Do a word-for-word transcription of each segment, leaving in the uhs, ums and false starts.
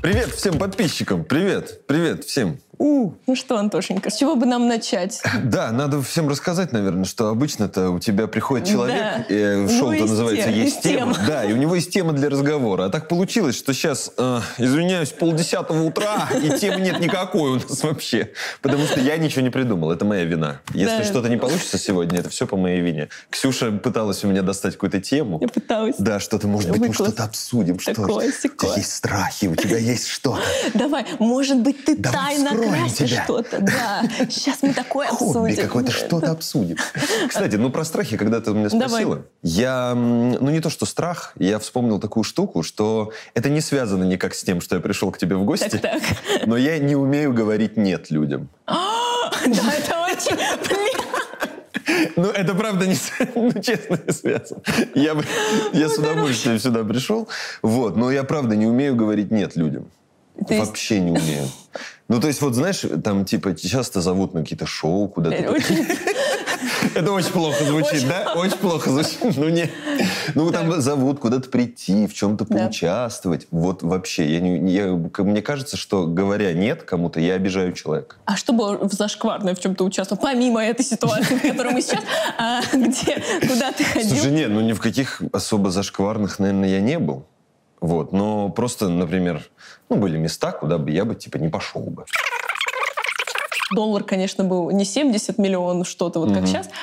Привет всем подписчикам. Привет. Привет всем. У. Ну что, Антошенька, с чего бы нам начать? Да, надо всем рассказать, наверное, что обычно-то у тебя приходит человек, Да. и шоу-то есть называется тема, «Есть есть тема». тема. Да, и у него есть тема для разговора. А так получилось, что сейчас, э, извиняюсь, полдесятого утра, и темы нет никакой у нас вообще. Потому что я ничего не придумал. Это моя вина. Если Да. что-то не получится сегодня, это все по моей вине. Ксюша пыталась у меня достать какую-то тему. Я пыталась. Да, что-то, может быть, мы Выклад. что-то обсудим. Что Такое, у тебя сякое. есть страхи, у тебя есть что-то. Давай, может быть, ты Давай тайно вскроем красишь тебя. что-то. Да, сейчас мы такое Хобби обсудим. какое-то, что-то обсудим. Кстати, ну про страхи, когда ты у меня спросила, Давай. я, м, ну не то что страх, я вспомнил такую штуку, что это не связано никак с тем, что я пришел к тебе в гости, Так, так. но я не умею говорить «нет» людям. Да, это очень... Блин. Ну, это правда не, с- ну, честно, не связано. Я, бы- я с удовольствием сюда пришел, вот, но я правда не умею говорить «нет» людям. То есть- Вообще не умею. Ну, то есть, вот знаешь, там, типа, часто зовут на какие-то шоу куда-то. Очень- Это очень плохо звучит, Очень да? Очень плохо звучит. Ну, не. Ну, там зовут куда-то прийти, в чем-то Да. поучаствовать. Вот вообще, я не, я, к- мне кажется, что, говоря «нет» кому-то, я обижаю человека. А что было в зашкварное в чем-то участвовал? Помимо этой ситуации, в которой мы сейчас, а, где, куда ты ходил? Слушай, нет, ну, ни в каких особо зашкварных, наверное, я не был. Вот, но просто, например, ну, были места, куда бы я бы, типа, не пошел бы. Доллар, конечно, был не семьдесят миллионов, что-то вот как Мгм. сейчас.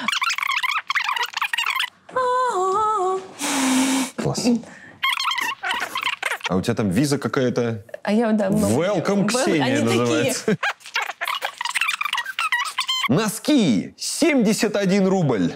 Класс. А у тебя там виза какая-то? А я, да, много... Welcome, Wel- Ксения, Они называется. такие. Носки! семьдесят один рубль!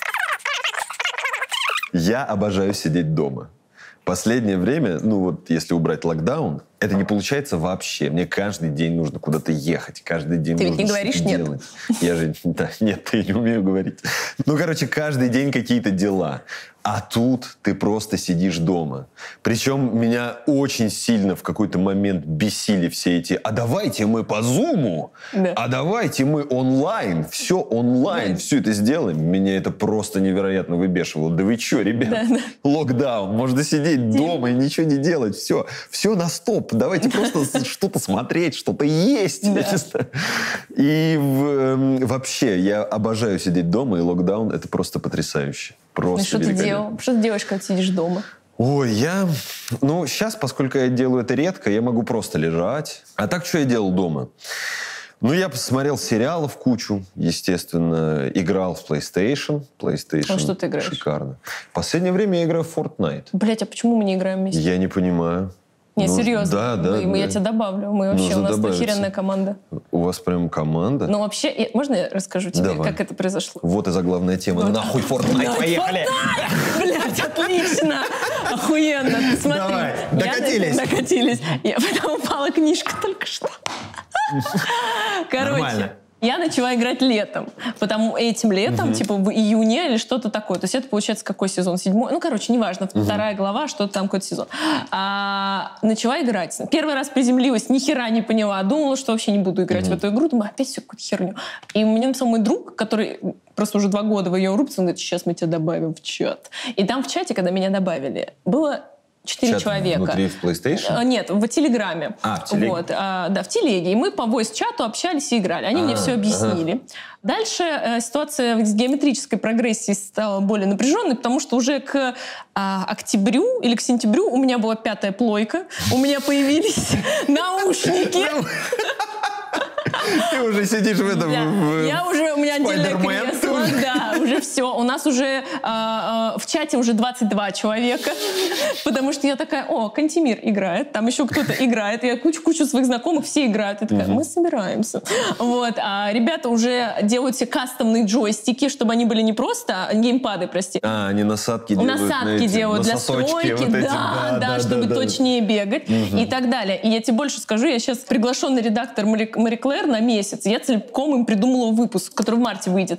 Я обожаю сидеть дома. Последнее время, ну вот если убрать локдаун, это не получается вообще. Мне каждый день нужно куда-то ехать. Каждый день Ты ведь нужно не говоришь что-то «нет». делать. Я же... Да, нет, я не умею говорить. Ну, короче, каждый день какие-то дела. А тут ты просто сидишь дома. Причем меня очень сильно в какой-то момент бесили все эти «а давайте мы по Зуму», Да. «а давайте мы онлайн», все онлайн, Да. все это сделаем. Меня это просто невероятно выбешивало. Да вы что, ребят? Да, да. Локдаун, можно сидеть дома и ничего не делать. Все, все на стоп. Давайте просто что-то смотреть, что-то есть. Я Да. не знаю. И в- эм, вообще, я обожаю сидеть дома, и локдаун — это просто потрясающе. Ну, Просто что ты великолепно. делал? Что ты делаешь, когда сидишь дома? Ой, я... Ну, сейчас, поскольку я делаю это редко, я могу просто лежать. А так, что я делал дома? Ну, я посмотрел сериалов кучу, естественно. Играл в PlayStation. PlayStation А что ты играешь? шикарно. В последнее время я играю в Fortnite. Блять, а почему мы не играем вместе? Я не понимаю. Не, Ну, серьезно. Да, да. Мы- мы- Я да. тебя добавлю. Мы вообще, Нужно у нас добавиться. охеренная команда. У вас прям команда? Ну, вообще, я- можно я расскажу тебе, Давай. как это произошло? Вот и заглавная тема. Нахуй Fortnite, поехали! Блять, отлично! Охуенно! Ты смотри. Давай, Я- докатились. Докатились. Я потом упала книжка только что. Короче. Нормально. Я начала играть летом. Потому этим летом, типа в июне или что-то такое. То есть это получается какой сезон? Седьмой? Ну, короче, неважно. Вторая глава, что-то там, какой-то сезон. А, начала играть. Первый раз приземлилась, ни хера не поняла. Думала, что вообще не буду играть в эту игру. Думаю, опять все какую-то херню. И у меня написал мой друг, который просто уже два года в ее рубрике, он говорит, сейчас мы тебя добавим в чат. И там в чате, когда меня добавили, было четыре Чат человека. внутри в PlayStation? А, Нет, в Телеграме. А, в Телеге. Вот, а, да, в Телеге. И мы по войс-чату общались и играли. Они мне А, все объяснили. Дальше э, ситуация с геометрической прогрессией стала более напряженной, потому что уже к а, октябрю или к сентябрю у меня была пятая плойка, у меня появились наушники. Ты уже сидишь в этом... Да. в- Я уже, у меня отдельное Спайдермен. кресло, да, уже все. У нас уже а, а, в чате уже двадцать два человека, потому что я такая, о, Кантемир играет, там еще кто-то играет, я кучу-кучу своих знакомых, все играют. Я такая, мы собираемся. Вот, а ребята уже делают себе кастомные джойстики, чтобы они были не просто, геймпады, прости, А, они насадки делают. на насадки эти делают для нососочки стройки, вот эти. да, да, чтобы точнее бегать и так далее. И я тебе больше скажу, я сейчас приглашенный редактор Мари, Мари Клэр на месяц, я целиком им придумала выпуск, который в марте выйдет. И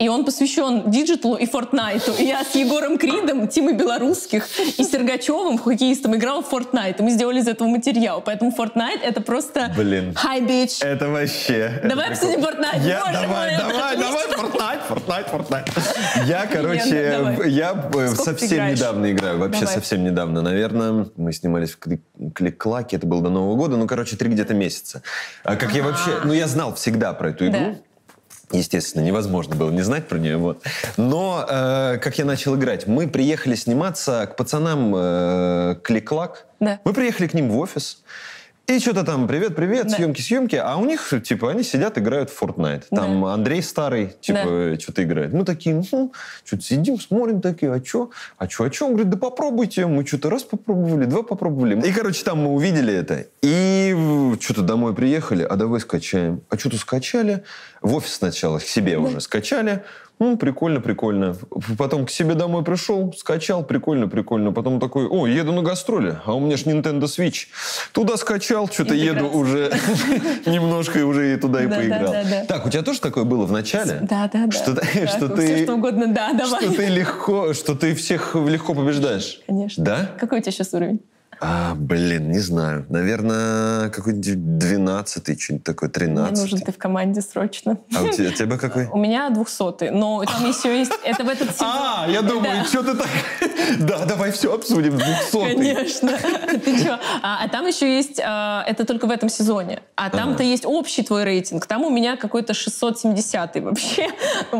и он посвящен диджиталу и Фортнайту. И я с Егором Кридом, Тимой Белорусских и Сергачевым, хоккеистом, играла в Фортнайт. И мы сделали из этого материал. Поэтому Фортнайт — это просто... Блин. Hi, bitch. Это вообще... Давай обсудим Фортнайт. Я, Боже давай, мой, давай, это давай, Фортнайт, Фортнайт, Фортнайт. Я, короче, Давай. я Сколько ты совсем играешь? недавно играю. Вообще Давай. совсем недавно. Наверное, мы снимались в Кли- Клик-Клаке, это было до Нового года. Ну, короче, три где-то месяца. А как я вообще... Ну, я знал всегда про эту игру. Да. Естественно, невозможно было не знать про нее. Вот. Но э, как я начал играть? Мы приехали сниматься к пацанам э, Клик-Клак. Да. Мы приехали к ним в офис. И что-то там, привет-привет, Да. съемки-съемки. А у них, типа, они сидят, играют в Fortnite. Там Да. Андрей старый, типа, что-то играет. Мы такие, ну, что-то сидим, смотрим такие, а что? А что, а что? Он говорит, да попробуйте. Мы что-то раз попробовали, два попробовали. И, короче, там мы увидели это. И что-то домой приехали, а давай скачаем. А что-то скачали. В офис сначала, к себе уже скачали. Ну, прикольно, прикольно. Потом к себе домой пришел, скачал, прикольно, прикольно. Потом такой, о, еду на гастроли, а у меня ж Nintendo Switch. Туда скачал, что-то еду уже немножко и уже и туда и Да, да, поиграл. да, да. Так, у тебя тоже такое было в начале? Да, да, да. Что ты, Да, что все, ты, что угодно, да, давай. что ты легко, что ты всех легко побеждаешь? Конечно. Да? Какой у тебя сейчас уровень? А, блин, не знаю. Наверное, какой-нибудь двенадцатый, что-нибудь такое, Мне нужен тринадцатый. ты в команде срочно. А у тебя, у тебя какой? У меня двухсотый, но там еще есть... Это в этот сезон. А, я думаю, Да. что ты так... Да, давай все обсудим, двухсотый. Конечно. Ты чё? А, а там еще есть... а, это только в этом сезоне. А там-то есть общий твой рейтинг. Там у меня какой-то шестьсот семидесятый вообще.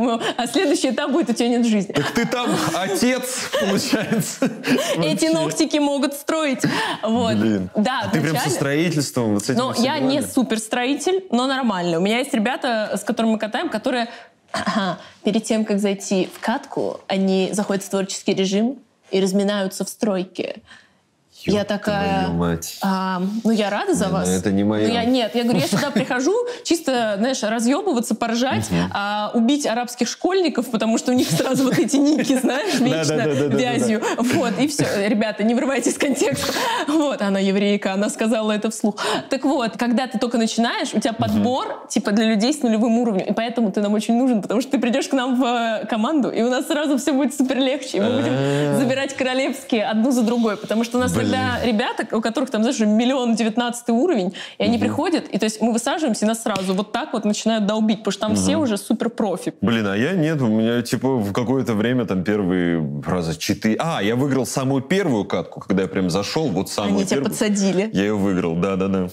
А следующий этап будет «У тебя нет жизни». Так ты там отец, получается. Эти Вообще. ногтики могут строить. Вот. Блин. Да, А ты прям со вначале- строительством вот с этим Но всем я не делами? суперстроитель, но нормально. У меня есть ребята, с которыми мы катаем, которые ага, перед тем, как зайти в катку, они заходят в творческий режим и разминаются в стройке. Ёб Я такая, твою мать. а, ну я рада за Не, вас. ну это не моё. Ну, я, нет, я говорю, я сюда прихожу чисто, знаешь, разъебываться, поржать, а, убить арабских школьников, потому что у них сразу вот эти ники, знаешь, вечно Да-да-да-да-да-да. вязью. Вот, и все. Ребята, не врывайтесь в контекст. Вот, она еврейка, она сказала это вслух. Так вот, когда ты только начинаешь, у тебя подбор, типа, для людей с нулевым уровнем, и поэтому ты нам очень нужен, потому что ты придешь к нам в э, команду, и у нас сразу все будет супер легче, и мы будем А-а-а. забирать королевские одну за другой, потому что у нас Блин. тогда ребята, у которых там, знаешь, миллион девятнадцатый уровень, и они приходят, и то есть мы высаживаемся, и нас сразу вот так вот начинают долбить, потому что там все уже супер профи. Блин, а я нет, у меня типа в какое-то время там первые раза четыре... А, я выиграл самую первую катку, когда я прям зашел, вот самую Они тебя первую. подсадили. Я ее выиграл, да-да-да.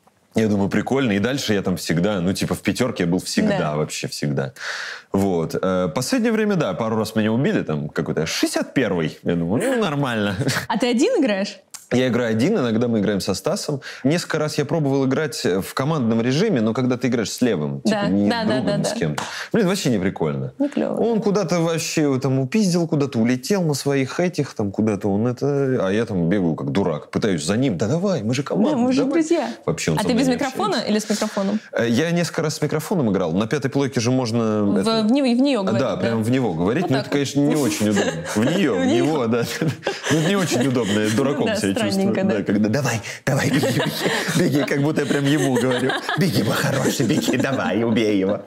Я думаю, прикольно. И дальше я там всегда, ну, типа, в пятерке я был всегда, Да. вообще всегда. Вот. Э, Последнее время, да, пару раз меня убили, там, какой-то шестьдесят первый. Я думаю, ну, нормально. А ты один играешь? Я играю один, иногда мы играем со Стасом. Несколько раз я пробовал играть в командном режиме, но когда ты играешь с левым, Да, типа не да, с да, другом, да, с да. кем-то. Блин, вообще не прикольно. Не клево. Он куда-то вообще там упиздил, куда-то улетел на своих этих, там куда-то он это... А я там бегаю как дурак, пытаюсь за ним. Да давай, мы же команда, Да, мы же давай. друзья. Вообще он А со ты мной без не микрофона общается. или с микрофоном? Э, Я несколько раз с микрофоном играл. На пятой плойке же можно... В, это- в, не- в нее говорить. Да, прям в него говорить. Вот Ну, так это, вот. конечно, не очень удобно. В нее, в В неё. него, да. Ну, это не очень удобно. Я дураком Да, себя чувствую. странненько, да. Когда давай, давай, беги, беги, беги, как будто я прям ему говорю. Беги, мой хороший, беги, давай, убей его.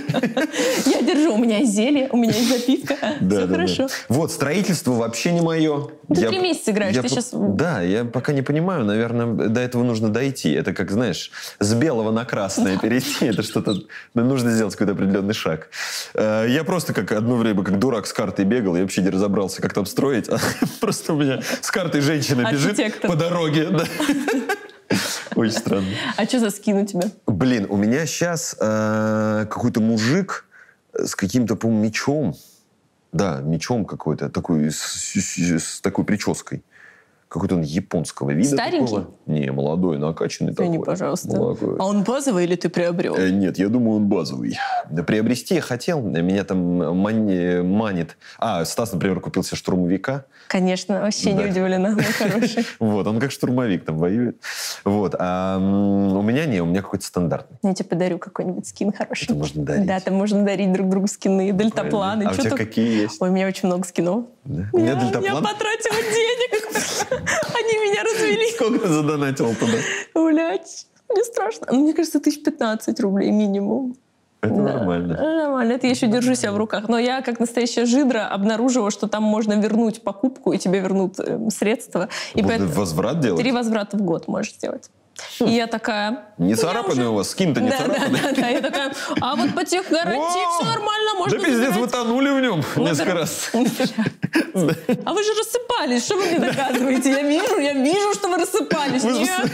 Я держу, у меня есть зелье, у меня есть запитка. Да, Все да, хорошо. да. Вот, строительство вообще не мое. Ты Я- три месяца играешь, я ты по- щас- Да, я пока не понимаю, наверное, до этого нужно дойти. Это как, знаешь, с белого на красное перейти. Это что-то... ну, нужно сделать какой-то определенный шаг. Э, Я просто как одно время, как дурак с картой бегал, я вообще не разобрался, как там строить. Просто у меня с картой женщина бежит Архитектор. по дороге. да. Очень странно. А что за скин у тебя? Блин, у меня сейчас какой-то мужик с каким-то, по-моему, мечом. Да, мечом какой-то, такой, с, с- с такой прической. Какой-то он японского вида. Старенький? такого. Не, молодой, накачанный Извини, такой. пожалуйста. Молодой. А он базовый или ты приобрел? Э, Нет, я думаю, он базовый. Да, приобрести я хотел, меня там мани- манит. А, Стас, например, купил себе штурмовика. Конечно, вообще Да. не удивлена, мой хороший. Вот, он как штурмовик там воюет. Вот, а м, у меня не, у меня какой-то стандартный. Я тебе подарю какой-нибудь скин хороший. Это можно дарить. Да, там можно дарить друг другу скины, дельтапланы. А у чё тебя только- какие есть? Ой, у меня очень много скинов. Да? У меня Я, я дельтаплан. потратила денег. Они меня развели. Сколько ты задонатил туда? Блять, мне страшно. Ну, мне кажется, тысяч пятнадцать рублей минимум. Это Да. нормально. Нормально, это я еще держу себя в руках. Но я, как настоящая жидра, обнаружила, что там можно вернуть покупку, и тебе вернут э, средства. И Можно поэтому возврат делать? три возврата в год можешь сделать. И я такая... Не ну, я царапанный уже- у вас? Скин-то не да, да, царапанный? да, да, я такая, а вот по тех гарантиях все нормально, можно Да пиздец, вы забирать. тонули в нем Ну, несколько да. раз. А вы же рассыпались, что вы мне доказываете? Я вижу, я вижу, что вы рассыпались. Вы же Нет.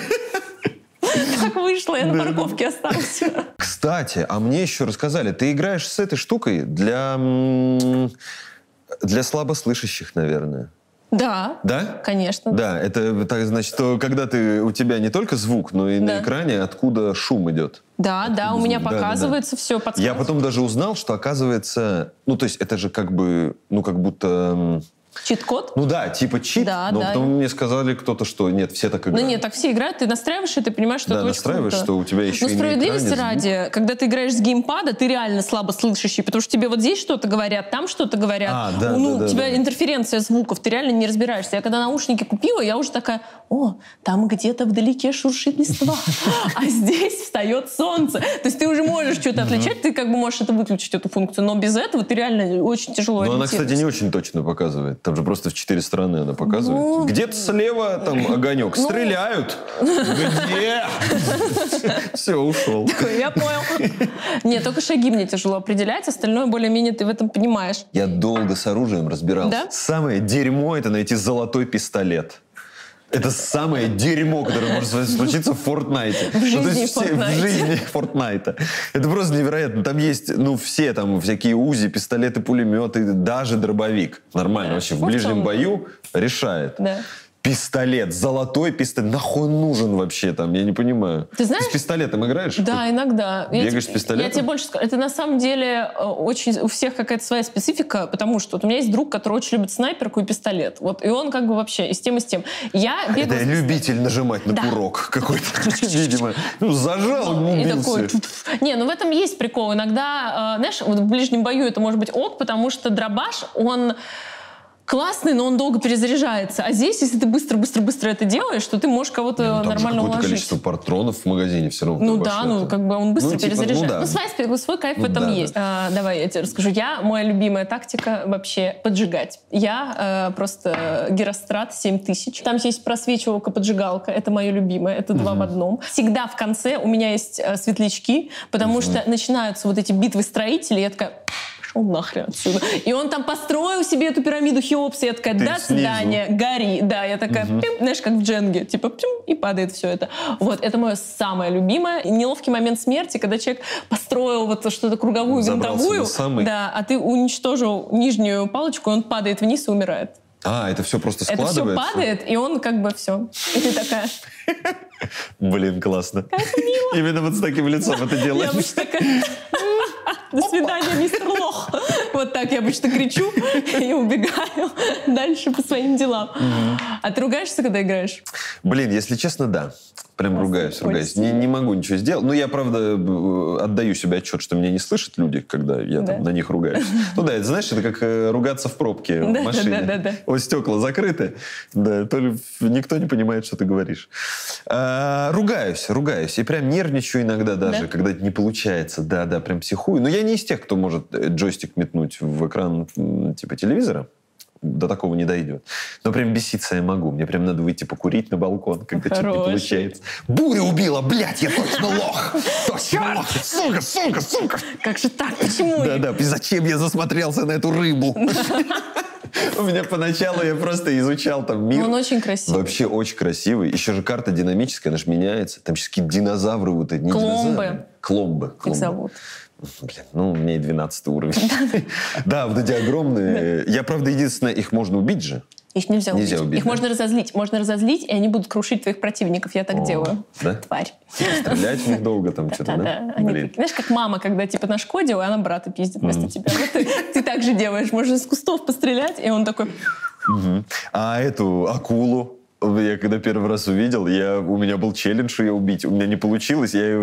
Так вышло, я на парковке осталась. Кстати, а мне еще рассказали, ты играешь с этой штукой для, м, для слабослышащих, наверное. Да, Да? конечно. Да, это так, значит, что когда ты, у тебя не только звук, но и Да. на экране, откуда шум идет. Да, да, у меня звук? Да, да, да. показывается все, Я подсказывает. потом даже узнал, что оказывается, ну то есть это же как бы, ну как будто, м, Чит-код? ну да, типа чит, Да, но да. потом мне сказали кто-то, что нет, все так Ну играют. нет, так все играют, ты настраиваешь, и ты понимаешь, что Да, это очень настраиваешь, круто. что у тебя еще Но и на справедливости экране звук. ради, когда ты играешь с геймпада, ты реально слабослышащий, потому что тебе вот здесь что-то говорят, там что-то говорят. А, да, ну, да, да, у тебя да. интерференция звуков, ты реально не разбираешься. Я когда наушники купила, я уже такая, о, там где-то вдалеке шуршит листва, а здесь встает солнце. То есть ты уже можешь что-то отличать, ты как бы можешь это выключить, эту функцию, но без этого ты реально очень тяжело Но она, кстати, не ориентируешься. очень точно показывает. Там же просто в четыре стороны она показывает. Ну, Где-то слева там огонек. Ну. Стреляют. Где? Все, ушел. Я понял. Нет, только шаги мне тяжело определять, остальное более-менее ты в этом понимаешь. Я долго с оружием разбирался. Да? Самое дерьмо — это найти золотой пистолет. Это самое дерьмо, которое может случиться в Фортнайте. В жизни Ну, то есть все- Fortnite. В жизни Фортнайта. Это просто невероятно. Там есть, ну, все там всякие УЗИ, пистолеты, пулеметы, даже дробовик. Нормально Да. вообще. В Ну, в ближнем целом, бою решает. Да. Пистолет, золотой пистолет. Нахуй он нужен вообще там? Я не понимаю. Ты знаешь- с пистолетом играешь? Да, иногда. Я Бегаешь тебе- с пистолетом? Я тебе больше скажу. Это на самом деле э, очень у всех какая-то своя специфика, потому что вот у меня есть друг, который очень любит снайперку и пистолет. Вот, и он как бы вообще и с тем, и с тем. Я бегаю... Это с- любитель нажимать на Да. курок какой-то, видимо. Ну, зажал, И убился. такой... тьф-тьф. Не, ну в этом есть прикол. Иногда, э, знаешь, вот в ближнем бою это может быть ок, потому что дробаш, он классный, но он долго перезаряжается. А здесь, если ты быстро-быстро-быстро это делаешь, то ты можешь кого-то Ну, там же нормально какое-то уложить. количество патронов в магазине все равно. Ну ты да, больше ну это- как бы он быстро Ну, типа, перезаряжает. ну да. Ну, свой, свой кайф в Ну этом да, есть. А, давай я тебе расскажу. Я, моя любимая тактика вообще поджигать. Я э, просто Герострат семь тысяч. Там есть просвечивалка-поджигалка. Это мое любимое. Это два в одном. Всегда в конце у меня есть э, светлячки, потому что начинаются вот эти битвы строителей. Я такая... Пошел нахрен отсюда. И он там построил себе эту пирамиду Хеопса. Я такая, Ты до снизу. свидания, гори. Да, я такая, пим, знаешь, как в Дженге. Типа, пим, и падает все это. Вот, это мое самое любимое. И неловкий момент смерти, когда человек построил вот что-то круговую, Забрался винтовую. на самый. Да, а ты уничтожил нижнюю палочку, и он падает вниз и умирает. А, это все просто Это все складывается? падает, и он как бы все. И ты такая, Блин, классно. Именно вот с таким лицом это я делаешь. обычно такая... До свидания, мистер Лох. Вот так я обычно кричу и убегаю дальше по своим делам. А ты ругаешься, когда играешь? Блин, если честно, да. Прям Классно, ругаюсь, ругаюсь. очень Не, сильно. не могу ничего сделать. Ну, я, правда, э, отдаю себе отчет, что меня не слышат люди, когда я Да. там на них ругаюсь. Ну да, это, знаешь, это как э, ругаться в пробке в Да, да, машине. да, да, да. Вот стекла закрыты. Да, то ли никто не понимает, что ты говоришь. А, ругаюсь, ругаюсь. И прям нервничаю иногда даже, Да? когда это не получается. Да, да, прям психую. Но я не из тех, кто может э, джойстик метнуть в экран м, типа телевизора. До такого не дойдет. Но прям беситься я могу. Мне прям надо выйти покурить на балкон, когда что-то не Хорош. получается. Буря убила, блядь, я точно лох! Точно лох! Сука, сука, сука! Как же так? Почему? Да-да, зачем я засмотрелся на эту рыбу? У меня поначалу я просто изучал там мир. Он очень красивый. Вообще очень красивый. Еще же карта динамическая, она же меняется. Там сейчас какие-то динозавры вот эти. не Кломбы. динозавры. Кломбы. Их кломбы. зовут. Блин, ну, у меня и двенадцатый уровень. Да, вот эти огромные. Я, правда, единственное, их можно убить же. Их нельзя, Нельзя убить. убить, Их да? можно разозлить. Можно разозлить, и они будут крушить твоих противников. Я так О, делаю. да? Тварь. Стрелять в них долго там что-то, да? Да-да. Они Блин. такие, знаешь, как мама, когда типа на Шкоде, а она брата пиздит вместо тебя. Вот ты, ты так же делаешь. Можно из кустов пострелять, и он такой... Мгм. А эту акулу, я когда первый раз увидел, я, у меня был челлендж ее убить. У меня не получилось, я ее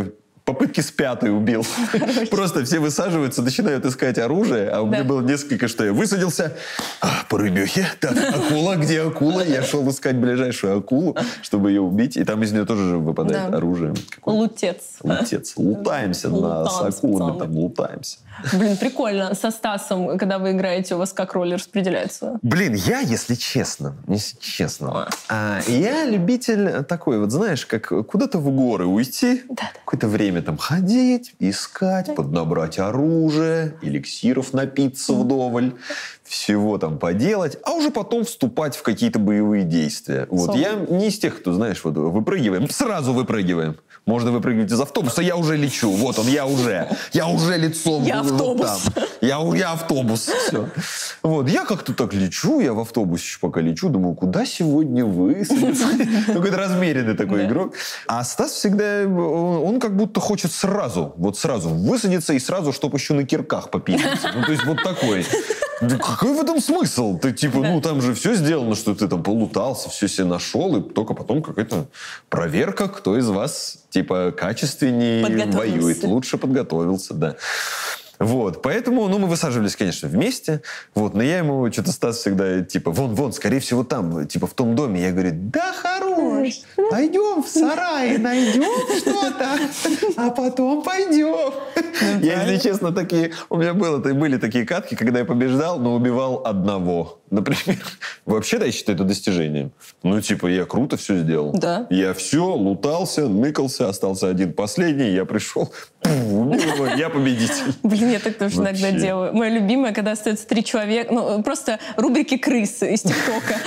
попытки с пятой убил. Хорошо. Просто все высаживаются, начинают искать оружие, а у Да. меня было несколько, что я высадился, а, по рыбехе, так, акула, где акула? Я шел искать ближайшую акулу, чтобы ее убить, и там из нее тоже же выпадает Да. оружие. Какое-то. Лутец. Лутец. Лутаемся на, с Лутанцы, акулами, пацаны. там лутаемся. Блин, прикольно. Со Стасом, когда вы играете, у вас как роли распределяются? Блин, я, если честно, если честно, а, я любитель такой, вот знаешь, как куда-то в горы уйти, Да-да. какое-то время там ходить, искать, поднабрать оружие, эликсиров напиться вдоволь, всего там поделать, а уже потом вступать в какие-то боевые действия. Вот. Сом. Я не из тех, кто, знаешь, вот выпрыгиваем, сразу выпрыгиваем. Можно выпрыгивать из автобуса, я уже лечу. Вот он, я уже. Я уже лицом. Я вот автобус. там. Я, я автобус. Все. Вот. Я как-то так лечу, я в автобусе еще пока лечу, думаю, куда сегодня высадиться? Какой-то размеренный такой игрок. А Стас всегда, он, он как будто хочет сразу, вот сразу высадиться и сразу, чтобы еще на кирках попиздиться. Ну, то есть вот такой. Да какой в этом смысл? Ты типа, ну там же все сделано, что ты там полутался, все себе нашел, и только потом какая-то проверка, кто из вас типа качественнее воюет, лучше подготовился, да. Вот, поэтому, ну, мы высаживались, конечно, вместе, вот, но я ему что-то Стас всегда, типа, вон, вон, скорее всего, там, типа, в том доме. Я говорю, да хорош, пойдем в сарай, найдем что-то, а потом пойдем. Я, если честно, такие, у меня было, были такие катки, когда я побеждал, но убивал одного, например. Вообще-то я считаю это достижением. Ну, типа, я круто все сделал. Да. Я все, лутался, ныкался, остался один последний, я пришел, убил его, я победитель. Блин, я так тоже Вообще. иногда делаю. Моя любимая, когда остается три человека, ну, просто рубрики крысы из ТикТока.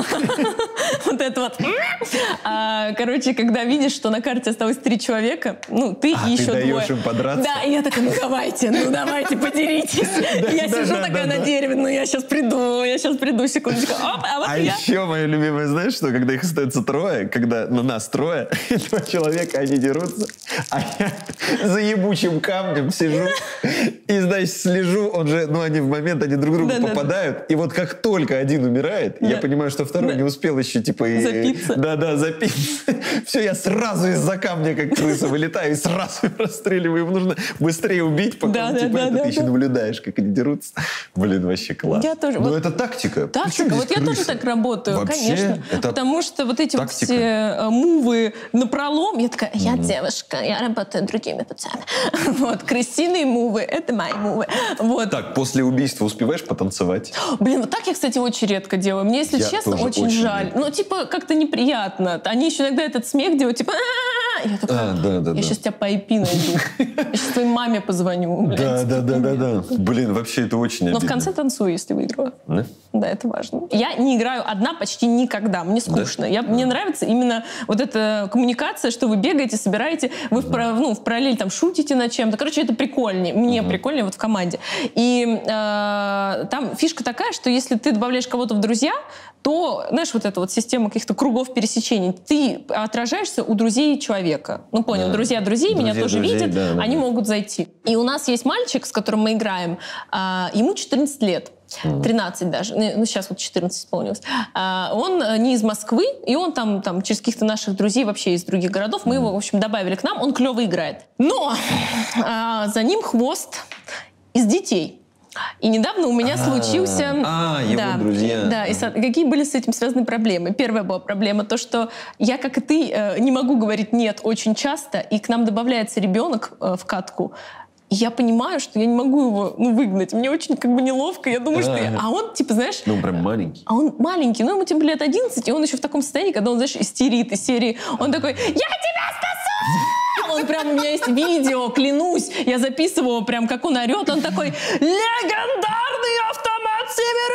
Вот это вот. А, Короче, когда видишь, что на карте осталось три человека, ну, ты А, и ты еще двое. даешь им подраться? Да, и я такая, ну давайте, ну давайте, подеритесь. Я да, сижу да, такая да, на да. дереве, ну я сейчас приду, я сейчас приду, секундочку. Оп, а вот А я. еще мое любимое, знаешь что? Когда их остается трое, когда на нас трое, и два человека, они дерутся, а я за ебучим камнем сижу и, значит, слежу, он же, ну, они в момент, они друг другу Да, да, попадают, и вот как только один умирает, я Да. понимаю, что второй Да. не успел еще, типа... и- Запиться. Да-да, запиться. Все, я сразу из-за камня, как крыса, вылетаю и сразу расстреливаю. Им нужно быстрее убить, пока Да, он, да, типа, да, это, да, ты еще да. наблюдаешь, как они дерутся. Блин, вообще класс. Я тоже. Ну, Вот это тактика. Тактика, Причем здесь вот я тоже крыса? так работаю, Вообще, конечно. это Потому что вот эти вот тактика. все э, мувы напролом, я такая, я девушка, я работаю другими путями. Вот, крысиные мувы, это мои мувы. Вот. Так, после убийства успеваешь потанцевать? Блин, вот так я, кстати, очень редко делаю. Мне, если Я честно, тоже очень, очень жаль. редко. Ну, типа, как-то неприятно. Они еще иногда этот смех делают, типа, «А-а-а». Я такая, А, да, да, я да. сейчас тебя по ай пи найду. Я сейчас твоей маме позвоню. блядь. Да, да, да, да, да. Блин, вообще это очень Но обидно. в конце танцую, если выиграла. Да? Да, это важно. Я не играю одна почти никогда. Мне скучно. Я, мне нравится именно вот эта коммуникация, что вы бегаете, собираете, вы в, пара- ну, в параллель там шутите над чем-то. Короче, это прикольнее. Мне прикольнее вот в команде. И э, там фишка такая, что если ты добавляешь кого-то в друзья, то, знаешь, вот эта вот система каких-то кругов пересечений, ты отражаешься у друзей человека. Ну, понял, Да. друзья друзей меня Друзья тоже друзей, видят, да, да, они да. могут зайти. И у нас есть мальчик, с которым мы играем, а, ему четырнадцать лет. тринадцать даже, ну сейчас вот четырнадцать исполнилось. А, он э, не из Москвы, и он там, там через каких-то наших друзей вообще из других городов. Мы его, в общем, добавили к нам, он клево играет. Но а, за ним хвост из детей. И недавно у меня А, случился... а, его друзья. Да, и со- какие были с этим связаны проблемы? Первая была проблема то, что я, как и ты, э, не могу говорить «нет» очень часто, и к нам добавляется ребенок э, в катку. И я понимаю, что я не могу его ну, выгнать. Мне очень как бы неловко. Я думаю, что... я- А он, типа, знаешь... Ну, прям маленький. А он маленький, ну ему типа лет одиннадцать, и он еще в таком состоянии, когда он, знаешь, истерит из серии. Он такой, я тебя спасу! Он прям, у меня есть видео, клянусь, я записывала прям, как он орет. Он такой, легендарный автомат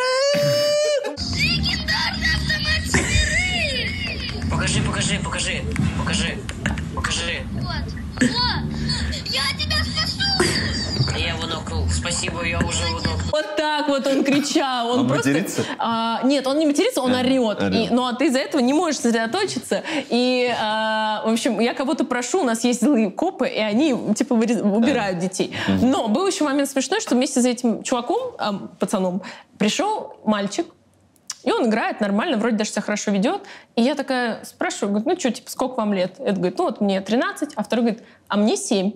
семерых! Легендарный автомат семерых! Покажи, покажи, покажи, покажи, покажи. Вот. Вот. Я тебя спасу! Я его нокнул. Спасибо, я уже его нокнул. Вот так вот он кричал. Он, Он просто, матерится? а, нет, он не матерится, он А, орет. орет. И, ну а ты из-за этого не можешь сосредоточиться. И, а, в общем, я кого-то прошу, у нас есть злые копы, и они, типа, вырез- убирают детей. Но был еще момент смешной, что вместе за этим чуваком, а, пацаном, пришел мальчик, И он играет нормально, вроде даже себя хорошо ведет. И я такая спрашиваю, говорю, ну что, типа, сколько вам лет? Это говорит, ну вот мне тринадцать, а второй говорит, а мне семь.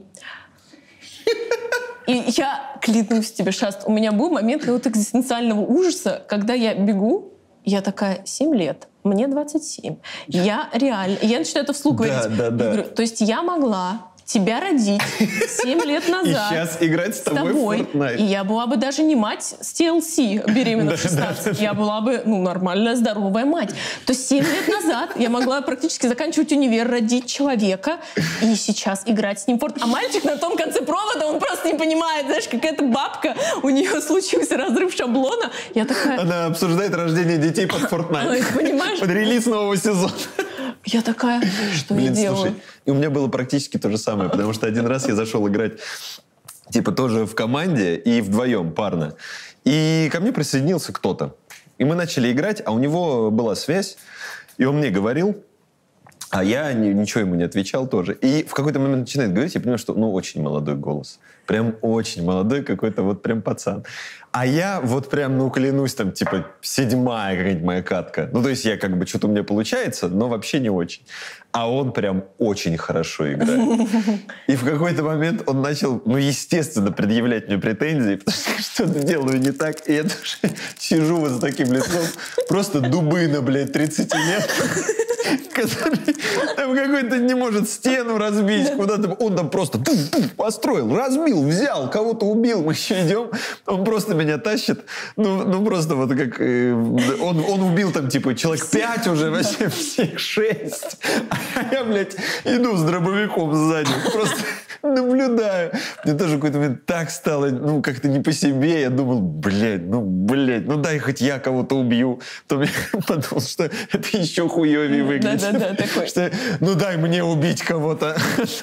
И я клянусь тебе, Шаст, у меня был момент какого-то экзистенциального ужаса, когда я бегу, я такая, семь лет, мне двадцать семь. Я реально... И я начинаю это вслух говорить. Да, да, да. Говорю, то есть я могла тебя родить семь лет назад. И сейчас играть с тобой, в Fortnite. И я была бы даже не мать с ти эл си, беременна в шестнадцать. Я была бы, ну, нормальная, здоровая мать. То есть семь лет назад я могла практически заканчивать универ, родить человека и сейчас играть с ним в Fortnite. А мальчик на том конце провода, он просто не понимает, знаешь, какая-то бабка, у нее случился разрыв шаблона. Я такая... Она обсуждает рождение детей под Fortnite. Понимаешь? Под релиз нового сезона. Я такая, что Блин, я делаю? слушай, и у меня было практически то же самое, потому что один раз я зашел играть, типа, тоже в команде и вдвоем, парно. И ко мне присоединился кто-то. И мы начали играть, а у него была связь, и он мне говорил, а я ни- ничего ему не отвечал тоже. И в какой-то момент начинает говорить, я понимаю, что, ну, очень молодой голос. Прям очень молодой какой-то вот прям пацан. А я вот прям, ну, клянусь, там, типа, седьмая какая-нибудь моя катка. Ну, то есть я как бы, что-то у меня получается, но вообще не очень. А он прям очень хорошо играет. И в какой-то момент он начал, ну, естественно, предъявлять мне претензии, потому что я что-то делаю не так. И я тоже сижу вот с таким лицом, просто дубына, блядь, тридцати лет, который там какой-то не может стену разбить, куда-то. Он там просто построил, разбил, взял, кого-то убил. Мы еще идем, он просто меня тащит. Ну, ну просто вот как... э, он, он убил там, типа, человек пять уже, вообще всех шесть. А я, блядь, иду с дробовиком сзади, просто наблюдаю. Мне тоже в какой-то момент так стало, ну, как-то не по себе. Я думал, блядь, ну, блядь, ну дай хоть я кого-то убью. Потом я подумал, что это еще хуевее выглядит. Да-да-да, такой. Что, ну дай мне убить кого-то.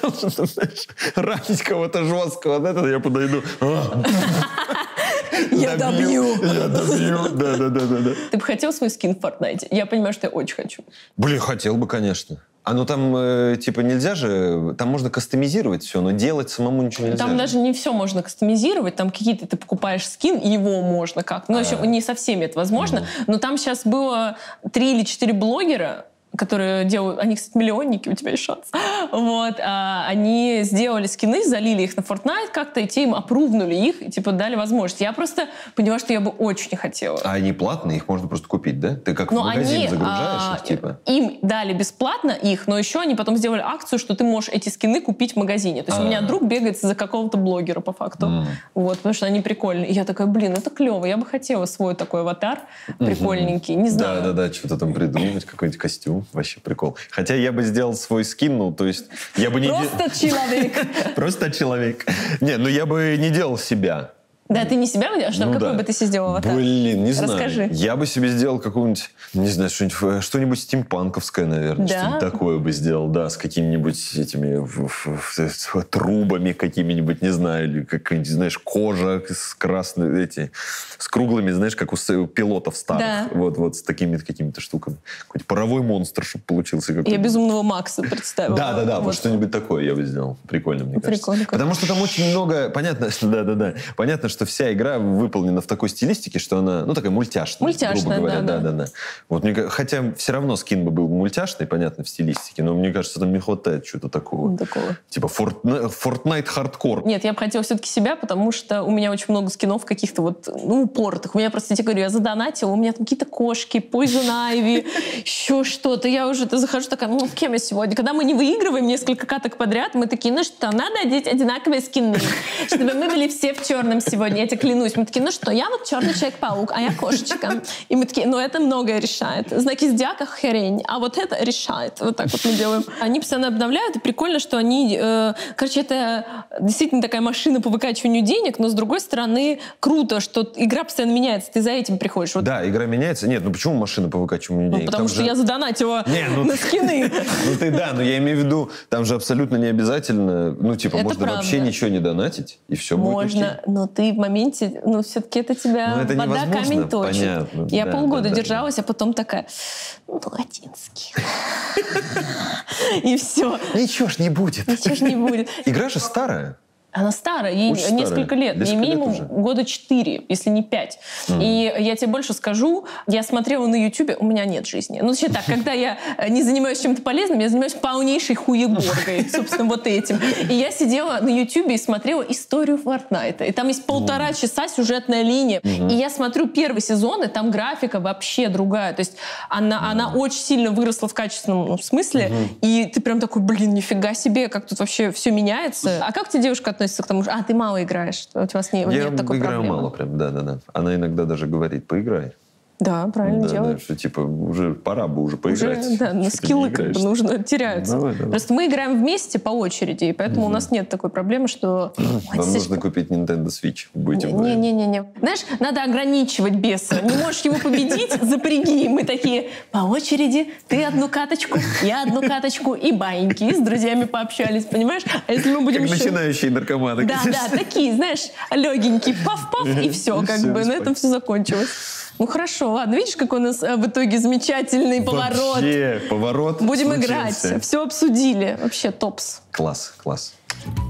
Ранить кого-то жесткого. Вот это я подойду. А, Я добью. Я добью. Да-да-да-да. Ты бы хотел свой скин в Fortnite? Я понимаю, что я очень хочу. Блин, хотел бы, конечно. А ну там, э, типа, нельзя же... Там можно кастомизировать все, но делать самому ничего нельзя. Там же. даже не все можно кастомизировать, там какие-то ты покупаешь скин, и его можно как-то. Ну, в общем, не со всеми это возможно. Но там сейчас было три или четыре блогера, которые делают... Они, кстати, миллионники, у тебя есть шанс. Вот. А, они сделали скины, залили их на Fortnite как-то, и те им опрувнули их, и, типа, дали возможность. Я просто поняла, что я бы очень хотела. А они платные, их можно просто купить, да? Ты как Но в магазин они, загружаешь а, их, типа? Им дали бесплатно их, но еще они потом сделали акцию, что ты можешь эти скины купить в магазине. То есть А. у меня друг бегает за какого-то блогера, по факту. М. Вот, потому что они прикольные. И я такая, блин, это клево. Я бы хотела свой такой аватар прикольненький. Не знаю. Да-да-да, что-то там придумать, какой-нибудь костюм. Вообще прикол. Хотя я бы сделал свой скин, ну, то есть... я бы не де- Просто человек. Просто человек. Не, ну я бы не делал себя. Да, ты не себя выделаешь, а Ну какой да. бы ты себе сделал аватар? Блин, не знаю. Расскажи. Я бы себе сделал какую-нибудь, не знаю, что-нибудь, что-нибудь стимпанковское, наверное. Да? Что-нибудь такое бы сделал, да, с какими-нибудь этими в- в- в- с трубами какими-нибудь, не знаю, или какая-нибудь, знаешь, кожа с красными, эти, с круглыми, знаешь, как у, с- у пилотов старых. Да. Вот, вот с такими какими-то штуками. Какой-то паровой монстр, чтобы получился какой-то. Я безумного Макса представила. Да, да, да, вот Вот. что-нибудь такое я бы сделал. Прикольно, мне кажется. Прикольно, как. Потому что там очень много, понятно, что да, да, да, понятно, что вся игра выполнена в такой стилистике, что она, ну, такая мультяшная, Мультяшная, грубо говоря, да, да, да. да, да. Вот мне, ка- хотя все равно скин бы был мультяшный, понятно, в стилистике, но мне кажется, там не хватает чего-то такого. Такого. Типа Fortnite, Fortnite хардкор. Нет, я бы хотела все-таки себя, потому что у меня очень много скинов каких-то вот, ну, упортых. У меня просто, я тебе говорю, я задонатила, у меня там какие-то кошки, Poison Ivy, еще что-то. Я уже захожу такая, ну, кем я сегодня? Когда мы не выигрываем несколько каток подряд, мы такие, ну что, надо одеть одинаковые скины, чтобы мы были все в черном сегодня. Я тебе клянусь. Мы такие, ну что, я вот черный Человек-паук, а я кошечка. И мы такие, ну это многое решает. Знаки зодиака хрень, а вот это решает. Вот так вот мы делаем. Они постоянно обновляют, и прикольно, что они... э, короче, это действительно такая машина по выкачиванию денег, но с другой стороны круто, что игра постоянно меняется, ты за этим приходишь. Вот, Да, игра меняется. Нет, ну почему машина по выкачиванию ну, денег? потому Там что же- я задонатила Не, ну- на скины. Ну ты да, но я имею в виду, там же абсолютно не обязательно, ну типа Это можно правда. вообще ничего не донатить, и все будет окей. Можно, но ты в моменте, ну, все-таки это тебя Ну, это вода невозможно, камень точит. понятно. Я Да, полгода да, да, держалась, а потом такая, ну, один скин. И все. Ничего ж не будет. Ничего ж не будет. Игра же старая. Она старая, ей Очень несколько старая. лет, ей Несколько лет минимум уже. года четыре, если не пять. Мгм. И я тебе больше скажу, я смотрела на Ютубе, у меня нет жизни. Ну, вообще так, когда я не занимаюсь чем-то полезным, я занимаюсь полнейшей хуеборгой, собственно, вот этим. И я сидела на Ютубе и смотрела историю Фортнайта. И там есть полтора часа сюжетная линия. И я смотрю первый сезон, и там графика вообще другая. То есть она, она очень сильно выросла в качественном ну, смысле. И ты прям такой, блин, нифига себе, как тут вообще все меняется. А как у тебя девушка относится к тому, что а, ты мало играешь, у вас не, Я нет такой играю проблемы? мало прям, да-да-да. Она иногда даже говорит, поиграй. Да, правильно Да, да, делаешь. что типа уже пора бы уже Уже, поиграть. да, на Что ты скиллы не как бы играешь? нужно теряются. Давай, давай. Просто мы играем вместе по очереди, и поэтому у нас нет такой проблемы, что... Ой, Вам слишком- нужно купить Nintendo Switch. Будете вдвоем. Не-не-не. Знаешь, надо ограничивать беса. Не можешь его победить, запряги. Мы такие, по очереди, ты одну каточку, я одну каточку, и баиньки. И с друзьями пообщались, понимаешь? А если мы будем Как еще... начинающие наркоманы. Да, да, такие, знаешь, легенькие, паф-паф, и все, И как всё, бы, на этом все закончилось. Ну хорошо, ладно, видишь, какой у нас э, в итоге замечательный поворот. Вообще, поворот Будем случился. играть, все обсудили, вообще топс. Класс, класс.